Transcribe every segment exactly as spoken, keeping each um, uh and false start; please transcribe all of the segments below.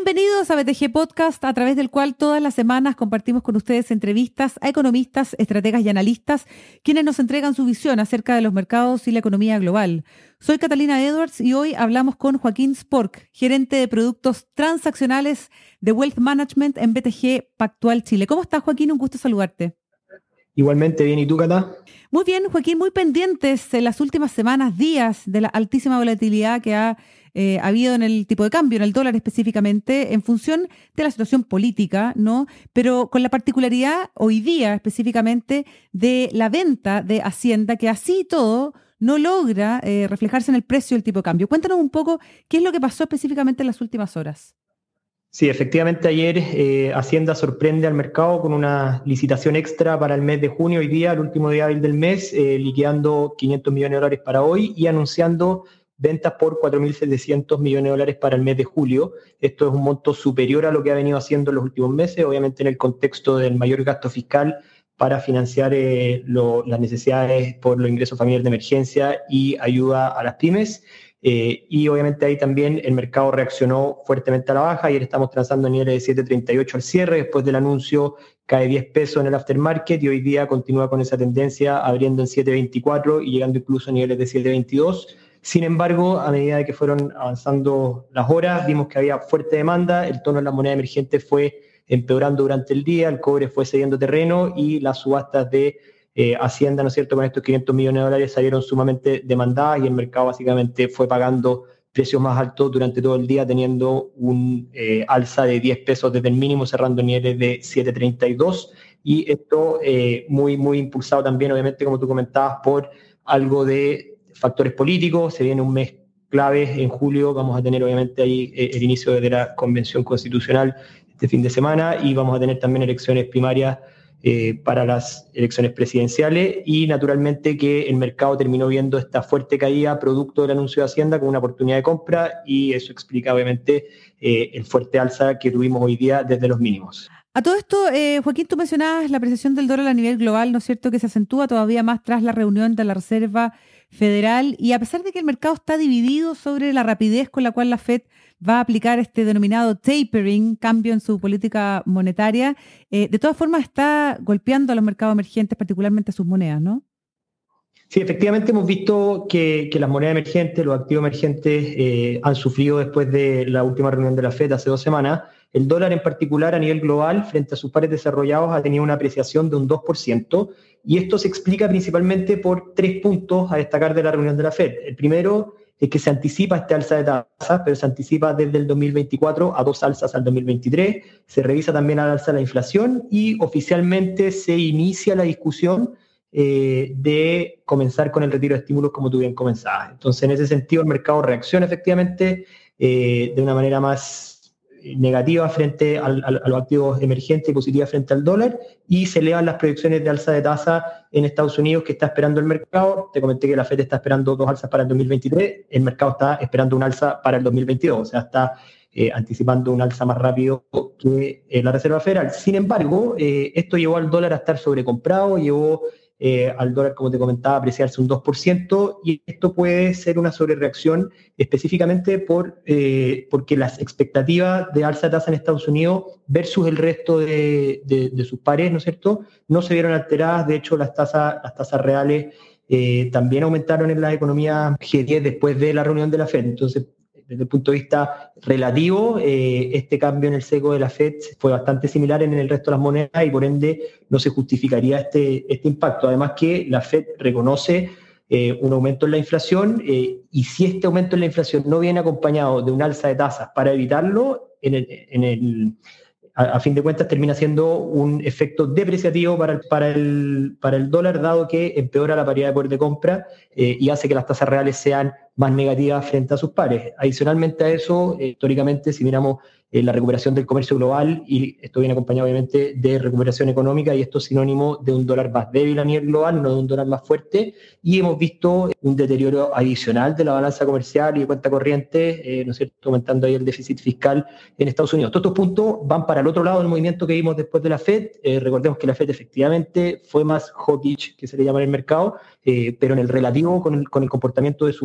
Bienvenidos a B T G Podcast, a través del cual todas las semanas compartimos con ustedes entrevistas a economistas, estrategas y analistas, quienes nos entregan su visión acerca de los mercados y la economía global. Soy Catalina Edwards y hoy hablamos con Joaquín Spork, gerente de productos transaccionales de Wealth Management en B T G Pactual Chile. ¿Cómo estás, Joaquín? Un gusto saludarte. Igualmente, bien. ¿Y tú, Cata? Muy bien, Joaquín, muy pendientes en las últimas semanas, días, de la altísima volatilidad que ha eh, habido en el tipo de cambio, en el dólar específicamente, en función de la situación política, ¿no? Pero con la particularidad hoy día específicamente de la venta de Hacienda, que así todo no logra eh, reflejarse en el precio del tipo de cambio. Cuéntanos un poco qué es lo que pasó específicamente en las últimas horas. Sí, efectivamente ayer eh, Hacienda sorprende al mercado con una licitación extra para el mes de junio, hoy día, el último día hábil del mes, eh, liquidando quinientos millones de dólares para hoy y anunciando ventas por cuatro mil setecientos millones de dólares para el mes de julio. Esto es un monto superior a lo que ha venido haciendo en los últimos meses, obviamente en el contexto del mayor gasto fiscal para financiar eh, lo, las necesidades por los ingresos familiares de emergencia y ayuda a las pymes. Eh, y obviamente ahí también el mercado reaccionó fuertemente a la baja. Ayer estamos transando niveles de siete treinta y ocho al cierre, después del anuncio cae diez pesos en el aftermarket y hoy día continúa con esa tendencia abriendo en siete veinticuatro y llegando incluso a niveles de siete veintidós. Sin embargo, a medida de que fueron avanzando las horas, vimos que había fuerte demanda, el tono en la moneda emergente fue empeorando durante el día, el cobre fue cediendo terreno y las subastas de Eh, Hacienda, ¿no es cierto?, con estos quinientos millones de dólares salieron sumamente demandadas y el mercado básicamente fue pagando precios más altos durante todo el día, teniendo un eh, alza de diez pesos desde el mínimo, cerrando niveles de siete treinta y dos. Y esto eh, muy, muy impulsado también, obviamente, como tú comentabas, por algo de factores políticos. Se viene un mes clave en julio, vamos a tener obviamente ahí eh, el inicio de la Convención Constitucional este fin de semana y vamos a tener también elecciones primarias Eh, para las elecciones presidenciales y naturalmente que el mercado terminó viendo esta fuerte caída producto del anuncio de Hacienda como una oportunidad de compra y eso explica obviamente eh, el fuerte alza que tuvimos hoy día desde los mínimos. A todo esto, eh, Joaquín, tú mencionabas la apreciación del dólar a nivel global, ¿no es cierto?, que se acentúa todavía más tras la reunión de la Reserva Federal y a pesar de que el mercado está dividido sobre la rapidez con la cual la Fed va a aplicar este denominado tapering, cambio en su política monetaria, eh, de todas formas está golpeando a los mercados emergentes, particularmente a sus monedas, ¿no? Sí, efectivamente hemos visto que, que las monedas emergentes, los activos emergentes eh, han sufrido después de la última reunión de la Fed hace dos semanas. El dólar en particular a nivel global frente a sus pares desarrollados ha tenido una apreciación de un dos por ciento y esto se explica principalmente por tres puntos a destacar de la reunión de la Fed. El primero es que se anticipa este alza de tasas, pero se anticipa desde el dos mil veinticuatro a dos alzas al dos mil veintitrés. Se revisa también al alza la inflación y oficialmente se inicia la discusión eh, de comenzar con el retiro de estímulos como tú bien comenzabas. Entonces, en ese sentido, el mercado reacciona efectivamente eh, de una manera más negativa frente al, al, a los activos emergentes y positiva frente al dólar y se elevan las proyecciones de alza de tasa en Estados Unidos que está esperando el mercado. Te comenté que la Fed está esperando dos alzas para el dos mil veintitrés, el mercado está esperando un alza para el dos mil veintidós, o sea, está eh, anticipando un alza más rápido que eh, la Reserva Federal. Sin embargo, eh, esto llevó al dólar a estar sobrecomprado, llevó Eh, al dólar, como te comentaba, apreciarse un dos por ciento y esto puede ser una sobrereacción específicamente por, eh, porque las expectativas de alza de tasa en Estados Unidos versus el resto de, de, de sus pares, ¿no es cierto?, no se vieron alteradas. De hecho, las tasas, las tasas reales eh, también aumentaron en la economía G diez después de la reunión de la Fed. Entonces, desde el punto de vista relativo, eh, este cambio en el seco de la Fed fue bastante similar en el resto de las monedas y por ende no se justificaría este, este impacto. Además que la Fed reconoce eh, un aumento en la inflación eh, y si este aumento en la inflación no viene acompañado de un alza de tasas para evitarlo, en el, en el, a, a fin de cuentas termina siendo un efecto depreciativo para el, para el, para el dólar, dado que empeora la paridad de poder de compra eh, y hace que las tasas reales sean más negativas frente a sus pares. Adicionalmente a eso, eh, históricamente, si miramos eh, la recuperación del comercio global, y esto viene acompañado obviamente de recuperación económica, y esto es sinónimo de un dólar más débil a nivel global, no de un dólar más fuerte, y hemos visto un deterioro adicional de la balanza comercial y de cuenta corriente, eh, ¿no es cierto?, aumentando ahí el déficit fiscal en Estados Unidos. Todos estos puntos van para el otro lado del movimiento que vimos después de la Fed. Eh, recordemos que la Fed efectivamente fue más hawkish, que se le llama en el mercado, eh, pero en el relativo con el, con el comportamiento de, su, de sus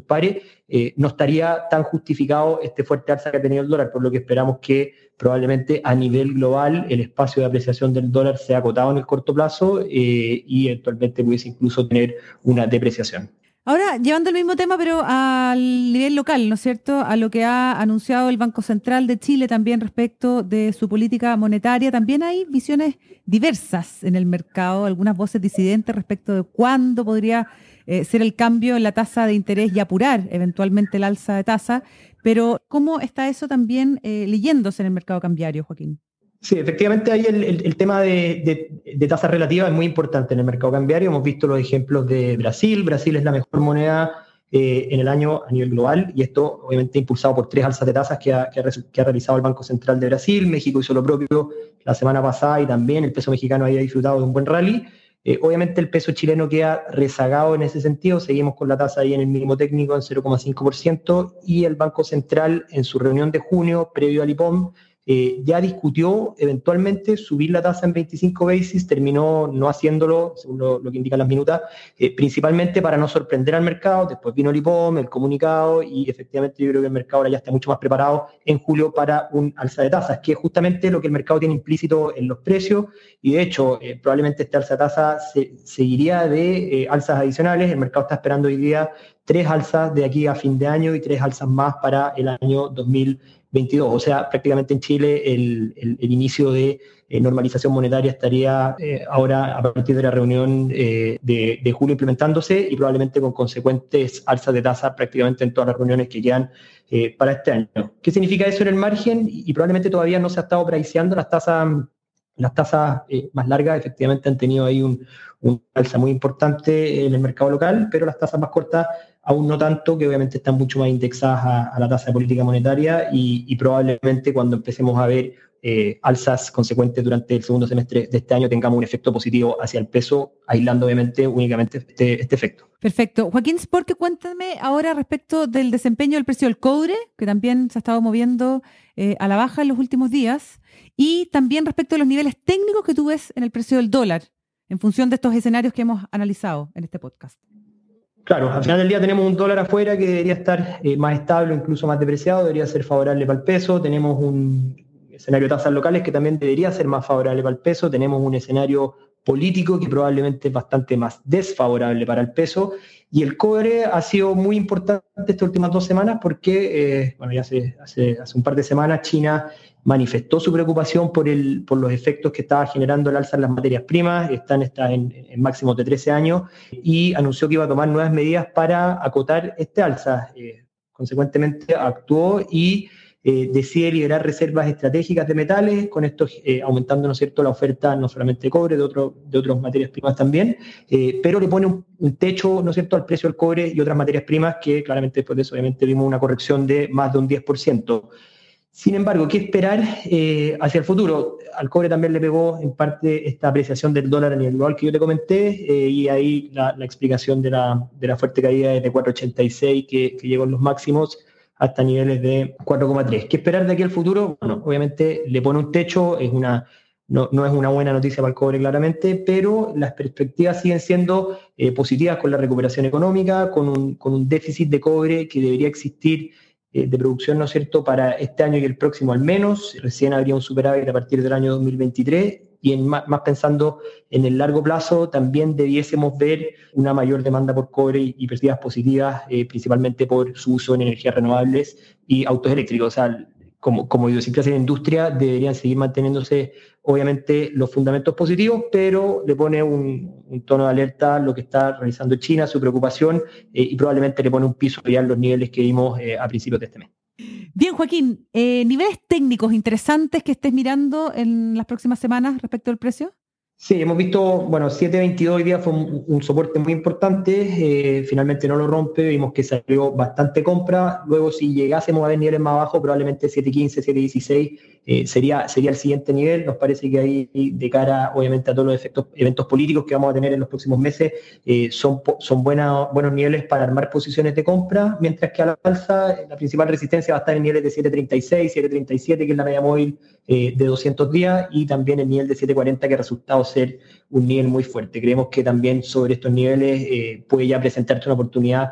pares, eh, no estaría tan justificado este fuerte alza que ha tenido el dólar, por lo que esperamos que probablemente a nivel global el espacio de apreciación del dólar sea acotado en el corto plazo eh, y eventualmente pudiese incluso tener una depreciación. Ahora, llevando el mismo tema, pero al nivel local, ¿no es cierto?, a lo que ha anunciado el Banco Central de Chile también respecto de su política monetaria, también hay visiones diversas en el mercado, algunas voces disidentes respecto de cuándo podría eh, ser el cambio en la tasa de interés y apurar eventualmente el alza de tasa, pero ¿cómo está eso también eh, leyéndose en el mercado cambiario, Joaquín? Sí, efectivamente ahí el, el, el tema de, de, de tasas relativas es muy importante en el mercado cambiario. Hemos visto los ejemplos de Brasil. Brasil es la mejor moneda eh, en el año a nivel global y esto obviamente impulsado por tres alzas de tasas que ha, que, ha, que ha realizado el Banco Central de Brasil. México hizo lo propio la semana pasada y también el peso mexicano había disfrutado de un buen rally. Eh, obviamente el peso chileno queda rezagado en ese sentido. Seguimos con la tasa ahí en el mínimo técnico en cero coma cinco por ciento y el Banco Central en su reunión de junio previo al I P O M Eh, ya discutió eventualmente subir la tasa en veinticinco basis, terminó no haciéndolo, según lo, lo que indican las minutas, eh, principalmente para no sorprender al mercado. Después vino el I P O M, el comunicado, y efectivamente yo creo que el mercado ahora ya está mucho más preparado en julio para un alza de tasas, que es justamente lo que el mercado tiene implícito en los precios, y de hecho eh, probablemente esta alza de tasas se, seguiría de eh, alzas adicionales. El mercado está esperando hoy día tres alzas de aquí a fin de año y tres alzas más para el año dos mil veintidós. O sea, prácticamente en Chile el, el, el inicio de eh, normalización monetaria estaría eh, ahora a partir de la reunión eh, de, de julio implementándose y probablemente con consecuentes alzas de tasa prácticamente en todas las reuniones que quedan eh, para este año. ¿Qué significa eso en el margen? Y, y probablemente todavía no se ha estado priceando las tasas. Las tasas eh, más largas efectivamente han tenido ahí un, un alza muy importante en el mercado local, pero las tasas más cortas aún no tanto, que obviamente están mucho más indexadas a, a la tasa de política monetaria y, y probablemente cuando empecemos a ver eh, alzas consecuentes durante el segundo semestre de este año tengamos un efecto positivo hacia el peso, aislando obviamente únicamente este, este efecto. Perfecto. Joaquín Sporque, cuéntame ahora respecto del desempeño del precio del cobre, que también se ha estado moviendo eh, a la baja en los últimos días, y también respecto a los niveles técnicos que tú ves en el precio del dólar, en función de estos escenarios que hemos analizado en este podcast. Claro, al final del día tenemos un dólar afuera que debería estar eh, más estable, incluso más depreciado, debería ser favorable para el peso. Tenemos un escenario de tasas locales que también debería ser más favorable para el peso. Tenemos un escenario político que probablemente es bastante más desfavorable para el peso. Y el cobre ha sido muy importante estas últimas dos semanas porque, eh, bueno, ya hace, hace, hace un par de semanas China manifestó su preocupación por, el, por los efectos que estaba generando el alza en las materias primas, están, están en, en máximos de trece años, y anunció que iba a tomar nuevas medidas para acotar este alza. Eh, consecuentemente actuó y eh, decide liberar reservas estratégicas de metales, con esto eh, aumentando, ¿no es cierto?, la oferta no solamente de cobre, de, otro, de otras materias primas también, eh, pero le pone un, un techo, ¿no es cierto?, al precio del cobre y otras materias primas que claramente después de eso obviamente vimos una corrección de más de un diez por ciento. Sin embargo, ¿qué esperar eh, hacia el futuro? Al cobre también le pegó en parte esta apreciación del dólar a nivel global que yo te comenté, eh, y ahí la, la explicación de la, de la fuerte caída desde cuatro coma ochenta y seis que, que llegó en los máximos hasta niveles de cuatro coma tres. ¿Qué esperar de aquí al futuro? Bueno, obviamente le pone un techo, es una, no, no es una buena noticia para el cobre claramente, pero las perspectivas siguen siendo eh, positivas con la recuperación económica, con un, con un déficit de cobre que debería existir de producción, ¿no es cierto?, para este año y el próximo al menos. Recién habría un superávit a partir del año dos mil veintitrés y en más, más pensando en el largo plazo también debiésemos ver una mayor demanda por cobre y, y perspectivas positivas, eh, principalmente por su uso en energías renovables y autos eléctricos. O sea, como, como idiosincrasia de la industria deberían seguir manteniéndose obviamente los fundamentos positivos, pero le pone un, un tono de alerta a lo que está realizando China, su preocupación, eh, y probablemente le pone un piso ya en los niveles que vimos eh, a principios de este mes. Bien, Joaquín, eh, niveles técnicos interesantes que estés mirando en las próximas semanas respecto al precio. Sí, hemos visto, bueno, siete veintidós hoy día fue un, un soporte muy importante, eh, finalmente no lo rompe, vimos que salió bastante compra, luego si llegásemos a ver niveles más bajos, probablemente siete quince, siete dieciséis eh, sería, sería el siguiente nivel. Nos parece que ahí, de cara obviamente a todos los efectos, eventos políticos que vamos a tener en los próximos meses, eh, son, son buena, buenos niveles para armar posiciones de compra, mientras que a la alza la principal resistencia va a estar en niveles de siete treinta y seis, siete treinta y siete, que es la media móvil eh, de doscientos días, y también el nivel de siete cuarenta, que ha resultado ser un nivel muy fuerte. Creemos que también sobre estos niveles eh, puede ya presentarse una oportunidad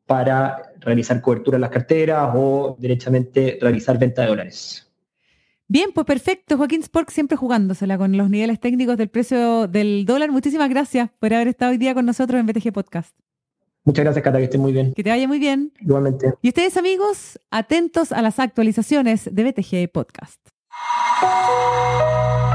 para realizar cobertura en las carteras o derechamente realizar venta de dólares. Bien, pues perfecto. Joaquín Spork siempre jugándosela con los niveles técnicos del precio del dólar. Muchísimas gracias por haber estado hoy día con nosotros en B T G Podcast. Muchas gracias, Cata, que estés muy bien. Que te vaya muy bien. Igualmente. Y ustedes, amigos, atentos a las actualizaciones de B T G Podcast.